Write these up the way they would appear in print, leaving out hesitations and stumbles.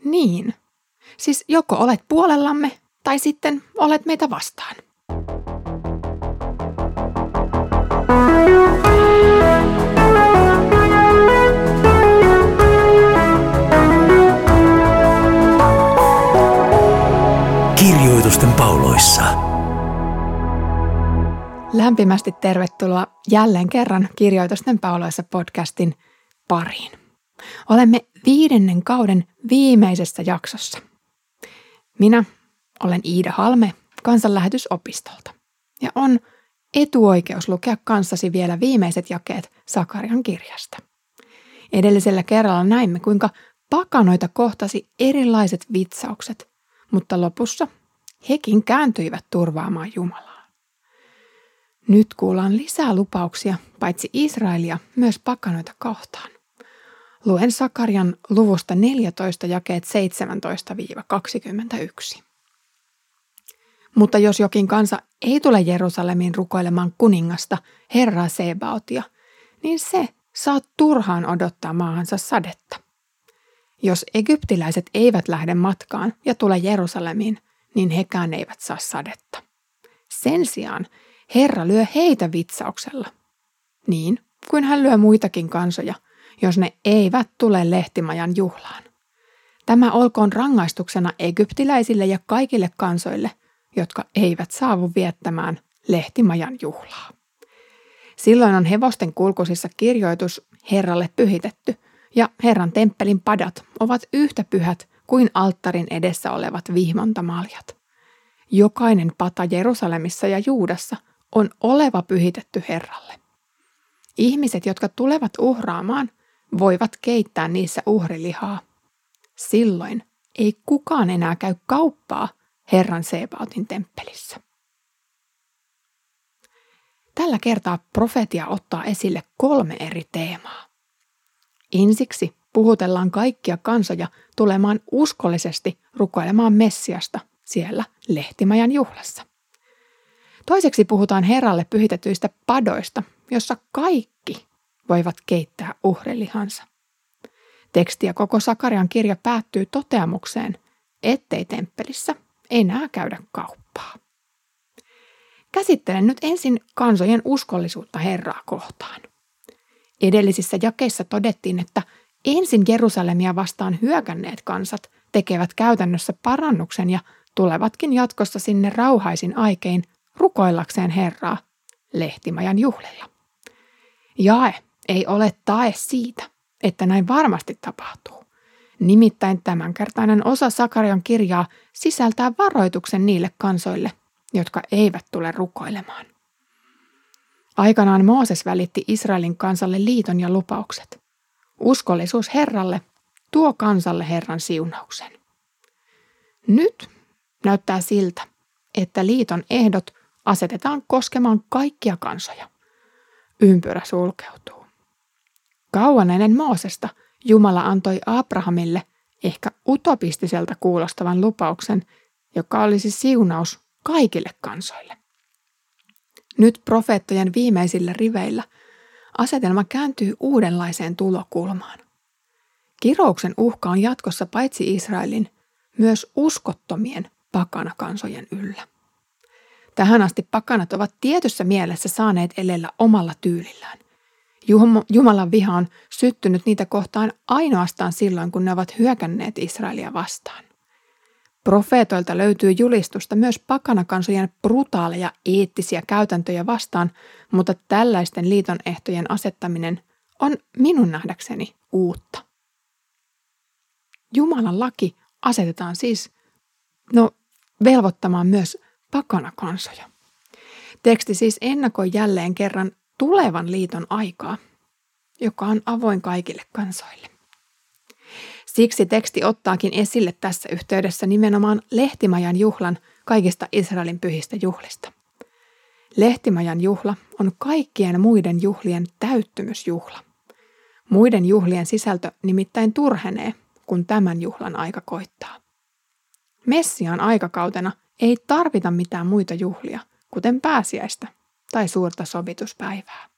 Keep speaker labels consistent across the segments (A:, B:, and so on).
A: Niin. Siis joko olet puolellamme tai sitten olet meitä vastaan.
B: Kirjoitusten pauloissa.
A: Lämpimästi tervetuloa jälleen kerran Kirjoitusten pauloissa podcastin pariin. Olemme 5. kauden viimeisessä jaksossa. Minä olen Iida Halme Kansanlähetysopistolta ja on etuoikeus lukea kanssasi vielä viimeiset jakeet Sakarian kirjasta. Edellisellä kerralla näimme, kuinka pakanoita kohtasi erilaiset vitsaukset, mutta lopussa hekin kääntyivät turvaamaan Jumalaa. Nyt kuullaan lisää lupauksia paitsi Israelia myös pakanoita kohtaan. Luen Sakarian luvusta 14 jakeet 17-21. Mutta jos jokin kansa ei tule Jerusalemiin rukoilemaan kuningasta, Herraa Sebaotia, niin se saa turhaan odottaa maahansa sadetta. Jos egyptiläiset eivät lähde matkaan ja tule Jerusalemiin, niin hekään eivät saa sadetta. Sen sijaan Herra lyö heitä vitsauksella, niin kuin hän lyö muitakin kansoja, jos ne eivät tule lehtimajan juhlaan. Tämä olkoon rangaistuksena egyptiläisille ja kaikille kansoille, jotka eivät saavu viettämään lehtimajan juhlaa. Silloin on hevosten kulkusissa kirjoitus Herralle pyhitetty, ja Herran temppelin padat ovat yhtä pyhät kuin alttarin edessä olevat vihmontamaljat. Jokainen pata Jerusalemissa ja Juudassa on oleva pyhitetty Herralle. Ihmiset, jotka tulevat uhraamaan, voivat keittää niissä uhrilihaa. Silloin ei kukaan enää käy kauppaa Herran Sebaotin temppelissä. Tällä kertaa profeetia ottaa esille 3 eri teemaa. Ensiksi puhutellaan kaikkia kansoja tulemaan uskollisesti rukoilemaan Messiasta siellä lehtimajan juhlassa. Toiseksi puhutaan Herralle pyhitetyistä padoista, jossa kaikki voivat keittää uhrilihansa. Teksti ja koko Sakarian kirja päättyy toteamukseen, ettei temppelissä enää käydä kauppaa. Käsittelen nyt ensin kansojen uskollisuutta Herraa kohtaan. Edellisissä jakeissa todettiin, että ensin Jerusalemia vastaan hyökänneet kansat tekevät käytännössä parannuksen ja tulevatkin jatkossa sinne rauhaisin aikein rukoillakseen Herraa lehtimajan juhlilla. Jae ei ole tae siitä, että näin varmasti tapahtuu. Nimittäin tämänkertainen osa Sakarian kirjaa sisältää varoituksen niille kansoille, jotka eivät tule rukoilemaan. Aikanaan Mooses välitti Israelin kansalle liiton ja lupaukset. Uskollisuus Herralle tuo kansalle Herran siunauksen. Nyt näyttää siltä, että liiton ehdot asetetaan koskemaan kaikkia kansoja. Ympyrä sulkeutuu. Kauan ennen Moosesta Jumala antoi Abrahamille ehkä utopistiselta kuulostavan lupauksen, joka olisi siunaus kaikille kansoille. Nyt profeettojen viimeisillä riveillä asetelma kääntyy uudenlaiseen tulokulmaan. Kirouksen uhka on jatkossa paitsi Israelin, myös uskottomien pakanakansojen yllä. Tähän asti pakanat ovat tietyssä mielessä saaneet elellä omalla tyylillään. Jumalan viha on syttynyt niitä kohtaan ainoastaan silloin, kun ne ovat hyökänneet Israelia vastaan. Profeetoilta löytyy julistusta myös pakanakansojen brutaaleja eettisiä käytäntöjä vastaan, mutta tällaisten liiton ehtojen asettaminen on minun nähdäkseni uutta. Jumalan laki asetetaan siis velvoittamaan myös pakanakansoja. Teksti siis ennakoi jälleen kerran tulevan liiton aikaa, joka on avoin kaikille kansoille. Siksi teksti ottaakin esille tässä yhteydessä nimenomaan lehtimajan juhlan kaikista Israelin pyhistä juhlista. Lehtimajan juhla on kaikkien muiden juhlien täyttymysjuhla. Muiden juhlien sisältö nimittäin turhenee, kun tämän juhlan aika koittaa. Messiaan aikakautena ei tarvita mitään muita juhlia, kuten pääsiäistä tai suurta sovituspäivää.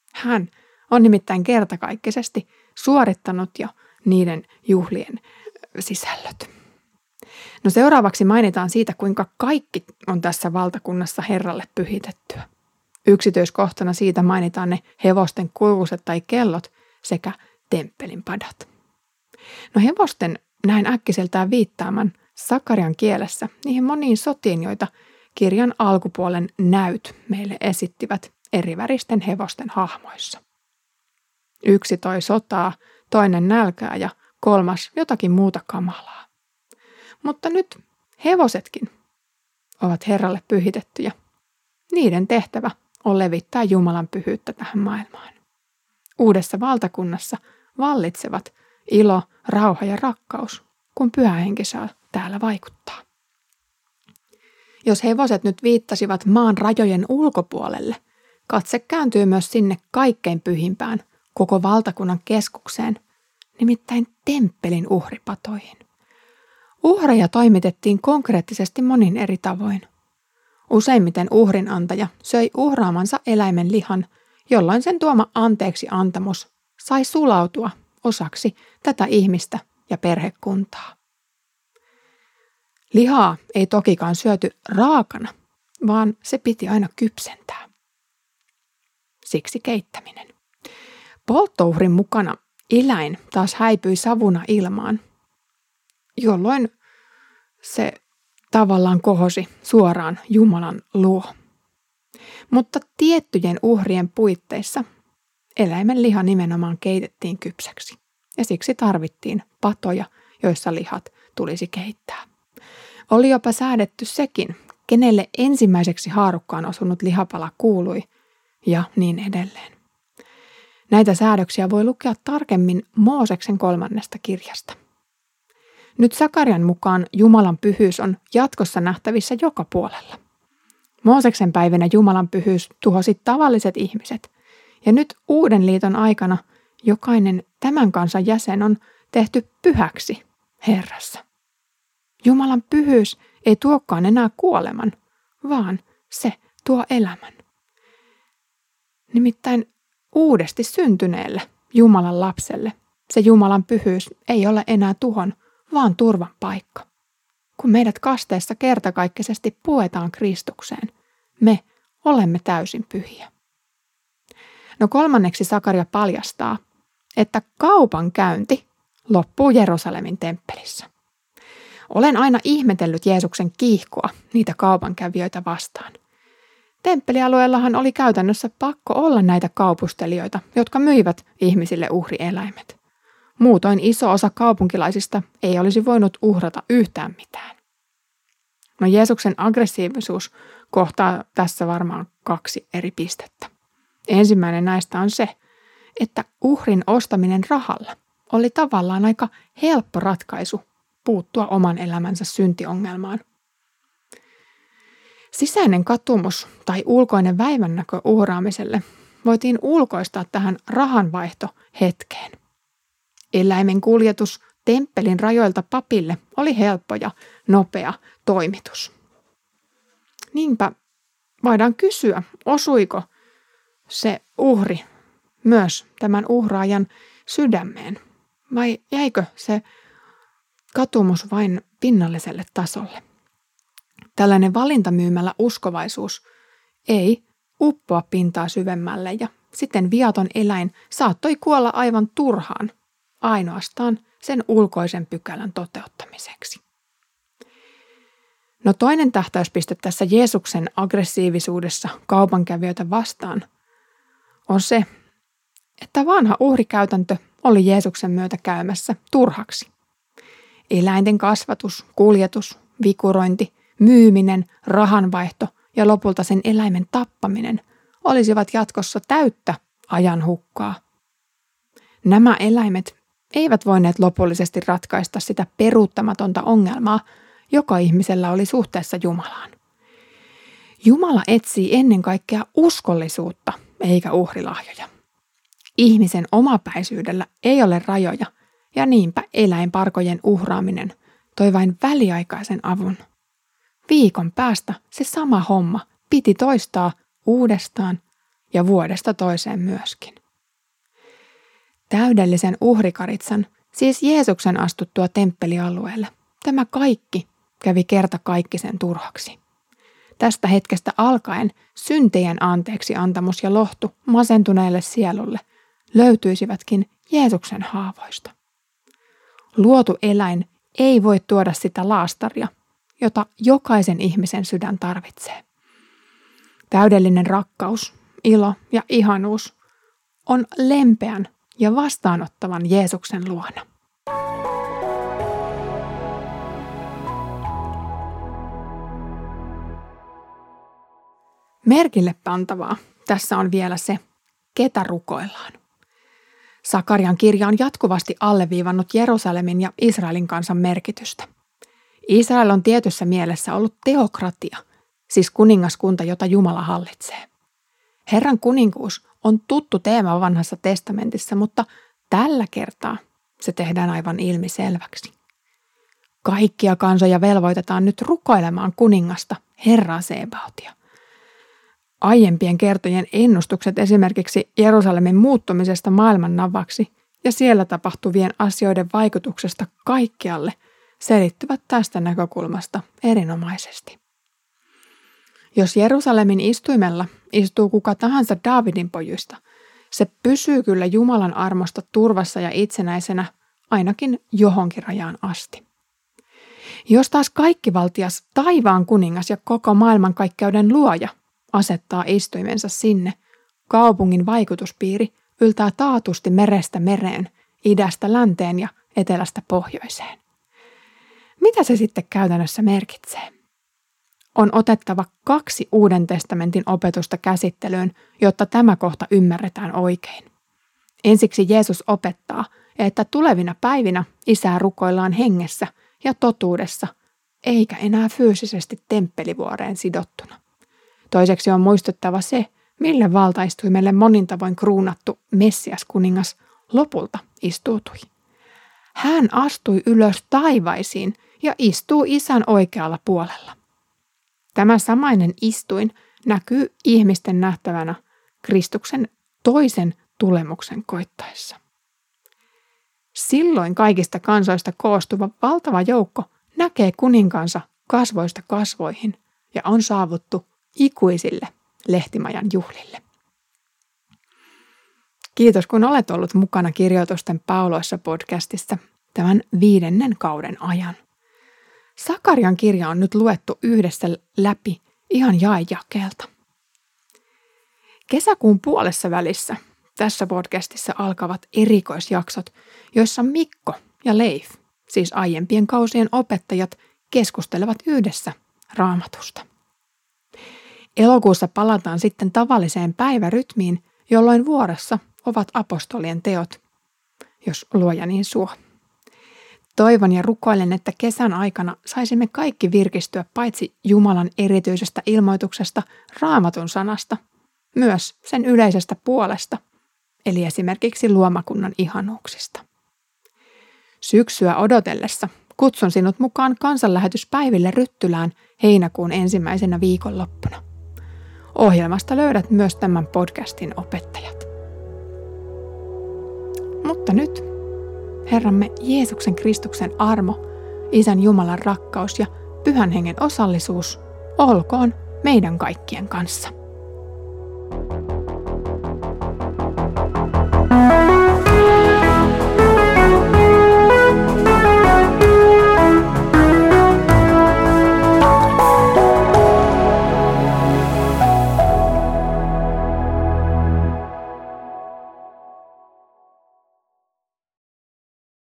A: Hän on nimittäin kertakaikkisesti suorittanut jo niiden juhlien sisällöt. No seuraavaksi mainitaan siitä, kuinka kaikki on tässä valtakunnassa Herralle pyhitettyä. Yksityiskohtana siitä mainitaan ne hevosten kuuluiset tai kellot sekä temppelin padat. No hevosten näin äkkiseltään viittaaman Sakarian kielessä niihin moniin sotiin, joita kirjan alkupuolen näyt meille esittivät eriväristen hevosten hahmoissa. Yksi toi sotaa, toinen nälkää ja kolmas jotakin muuta kamalaa. Mutta nyt hevosetkin ovat Herralle pyhitettyjä. Niiden tehtävä on levittää Jumalan pyhyyttä tähän maailmaan. Uudessa valtakunnassa vallitsevat ilo, rauha ja rakkaus, kun Pyhä Henki saa täällä vaikuttaa. Jos hevoset nyt viittasivat maan rajojen ulkopuolelle, katse kääntyy myös sinne kaikkein pyhimpään, koko valtakunnan keskukseen, nimittäin temppelin uhripatoihin. Uhreja toimitettiin konkreettisesti monin eri tavoin. Useimmiten uhrinantaja söi uhraamansa eläimen lihan, jolloin sen tuoma anteeksi antamus sai sulautua osaksi tätä ihmistä ja perhekuntaa. Lihaa ei tokikaan syöty raakana, vaan se piti aina kypsentää. Siksi keittäminen. Polttouhrin mukana eläin taas häipyi savuna ilmaan, jolloin se tavallaan kohosi suoraan Jumalan luo. Mutta tiettyjen uhrien puitteissa eläimen liha nimenomaan keitettiin kypsäksi, ja siksi tarvittiin patoja, joissa lihat tulisi keittää. Oli jopa säädetty sekin, kenelle ensimmäiseksi haarukkaan osunut lihapala kuului, ja niin edelleen. Näitä säädöksiä voi lukea tarkemmin Mooseksen 3. kirjasta. Nyt Sakarian mukaan Jumalan pyhyys on jatkossa nähtävissä joka puolella. Mooseksen päivinä Jumalan pyhyys tuhosi tavalliset ihmiset, ja nyt uuden liiton aikana jokainen tämän kansan jäsen on tehty pyhäksi Herrassa. Jumalan pyhyys ei tuokaan enää kuoleman, vaan se tuo elämän. Nimittäin uudesti syntyneelle Jumalan lapselle se Jumalan pyhyys ei ole enää tuhon, vaan turvan paikka. Kun meidät kasteessa kertakaikkisesti puetaan Kristukseen, me olemme täysin pyhiä. No 3. Sakaria paljastaa, että kaupankäynti loppuu Jerusalemin temppelissä. Olen aina ihmetellyt Jeesuksen kiihkoa niitä kaupankävijöitä vastaan. Temppelialueellahan oli käytännössä pakko olla näitä kaupustelijoita, jotka myivät ihmisille uhrieläimet. Muutoin iso osa kaupunkilaisista ei olisi voinut uhrata yhtään mitään. No Jeesuksen aggressiivisuus kohtaa tässä varmaan 2 eri pistettä. Ensimmäinen näistä on se, että uhrin ostaminen rahalla oli tavallaan aika helppo ratkaisu puuttua oman elämänsä syntiongelmaan. Sisäinen katumus tai ulkoinen väivännäkö uhraamiselle voitiin ulkoistaa tähän rahanvaihtohetkeen. Eläimen kuljetus temppelin rajoilta papille oli helppo ja nopea toimitus. Niinpä voidaan kysyä, osuiko se uhri myös tämän uhraajan sydämeen, vai jäikö se katumus vain pinnalliselle tasolle? Tällainen valintamyymällä uskovaisuus ei uppoa pintaa syvemmälle ja sitten viaton eläin saattoi kuolla aivan turhaan ainoastaan sen ulkoisen pykälän toteuttamiseksi. No toinen tähtäyspiste tässä Jeesuksen aggressiivisuudessa kaupankävijöitä vastaan on se, että vanha uhrikäytäntö oli Jeesuksen myötä käymässä turhaksi. Eläinten kasvatus, kuljetus, vikurointi, myyminen, rahanvaihto ja lopulta sen eläimen tappaminen olisivat jatkossa täyttä ajanhukkaa. Nämä eläimet eivät voineet lopullisesti ratkaista sitä peruuttamatonta ongelmaa, joka ihmisellä oli suhteessa Jumalaan. Jumala etsii ennen kaikkea uskollisuutta eikä uhrilahjoja. Ihmisen omapäisyydellä ei ole rajoja ja niinpä eläinparkojen uhraaminen toi vain väliaikaisen avun. Viikon päästä se sama homma piti toistaa uudestaan ja vuodesta toiseen myöskin. Täydellisen uhrikaritsan siis Jeesuksen astuttua temppelialueelle, tämä kaikki kävi kertakaikkisen turhaksi. Tästä hetkestä alkaen syntien anteeksiantamus ja lohtu masentuneelle sielulle löytyisivätkin Jeesuksen haavoista. Luotu eläin ei voi tuoda sitä laastaria, jota jokaisen ihmisen sydän tarvitsee. Täydellinen rakkaus, ilo ja ihanuus on lempeän ja vastaanottavan Jeesuksen luona. Merkille pantavaa tässä on vielä se, ketä rukoillaan. Sakarian kirja on jatkuvasti alleviivannut Jerusalemin ja Israelin kansan merkitystä. Israel on tietyssä mielessä ollut teokratia, siis kuningaskunta, jota Jumala hallitsee. Herran kuninkuus on tuttu teema vanhassa testamentissa, mutta tällä kertaa se tehdään aivan ilmiselväksi. Kaikkia kansoja velvoitetaan nyt rukoilemaan kuningasta, Herraa Sebaotia. Aiempien kertojen ennustukset esimerkiksi Jerusalemin muuttumisesta maailman navaksi ja siellä tapahtuvien asioiden vaikutuksesta kaikkialle selittyvät tästä näkökulmasta erinomaisesti. Jos Jerusalemin istuimella istuu kuka tahansa Daavidin pojista, se pysyy kyllä Jumalan armosta turvassa ja itsenäisenä ainakin johonkin rajaan asti. Jos taas kaikkivaltias taivaan kuningas ja koko maailmankaikkeuden luoja asettaa istuimensa sinne, kaupungin vaikutuspiiri yltää taatusti merestä mereen, idästä länteen ja etelästä pohjoiseen. Mitä se sitten käytännössä merkitsee? On otettava 2 Uuden testamentin opetusta käsittelyyn, jotta tämä kohta ymmärretään oikein. Ensiksi Jeesus opettaa, että tulevina päivinä Isää rukoillaan hengessä ja totuudessa, eikä enää fyysisesti temppelivuoreen sidottuna. Toiseksi on muistuttava se, mille valtaistuimelle monin tavoin kruunattu Messias-kuningas lopulta istuutui. Hän astui ylös taivaisiin ja istuu Isän oikealla puolella. Tämä samainen istuin näkyy ihmisten nähtävänä Kristuksen toisen tulemuksen koittaessa. Silloin kaikista kansoista koostuva valtava joukko näkee kuninkansa kasvoista kasvoihin ja on saavuttu ikuisille Lehtimajan juhlille. Kiitos kun olet ollut mukana Kirjoitusten pauloissa podcastissa tämän 5. kauden ajan. Sakarian kirja on nyt luettu yhdessä läpi ihan jae jakeelta. Kesäkuun puolessa välissä tässä podcastissa alkavat erikoisjaksot, joissa Mikko ja Leif, siis aiempien kausien opettajat, keskustelevat yhdessä Raamatusta. Elokuussa palataan sitten tavalliseen päivärytmiin, jolloin vuorossa ovat apostolien teot, jos luoja niin suo. Toivon ja rukoilen, että kesän aikana saisimme kaikki virkistyä paitsi Jumalan erityisestä ilmoituksesta Raamatun sanasta, myös sen yleisestä puolesta, eli esimerkiksi luomakunnan ihanuuksista. Syksyä odotellessa kutsun sinut mukaan kansanlähetyspäiville Ryttylään heinäkuun 1. viikonloppuna. Ohjelmasta löydät myös tämän podcastin opettajat. Mutta nyt Herramme Jeesuksen Kristuksen armo, Isän Jumalan rakkaus ja Pyhän Hengen osallisuus olkoon meidän kaikkien kanssa.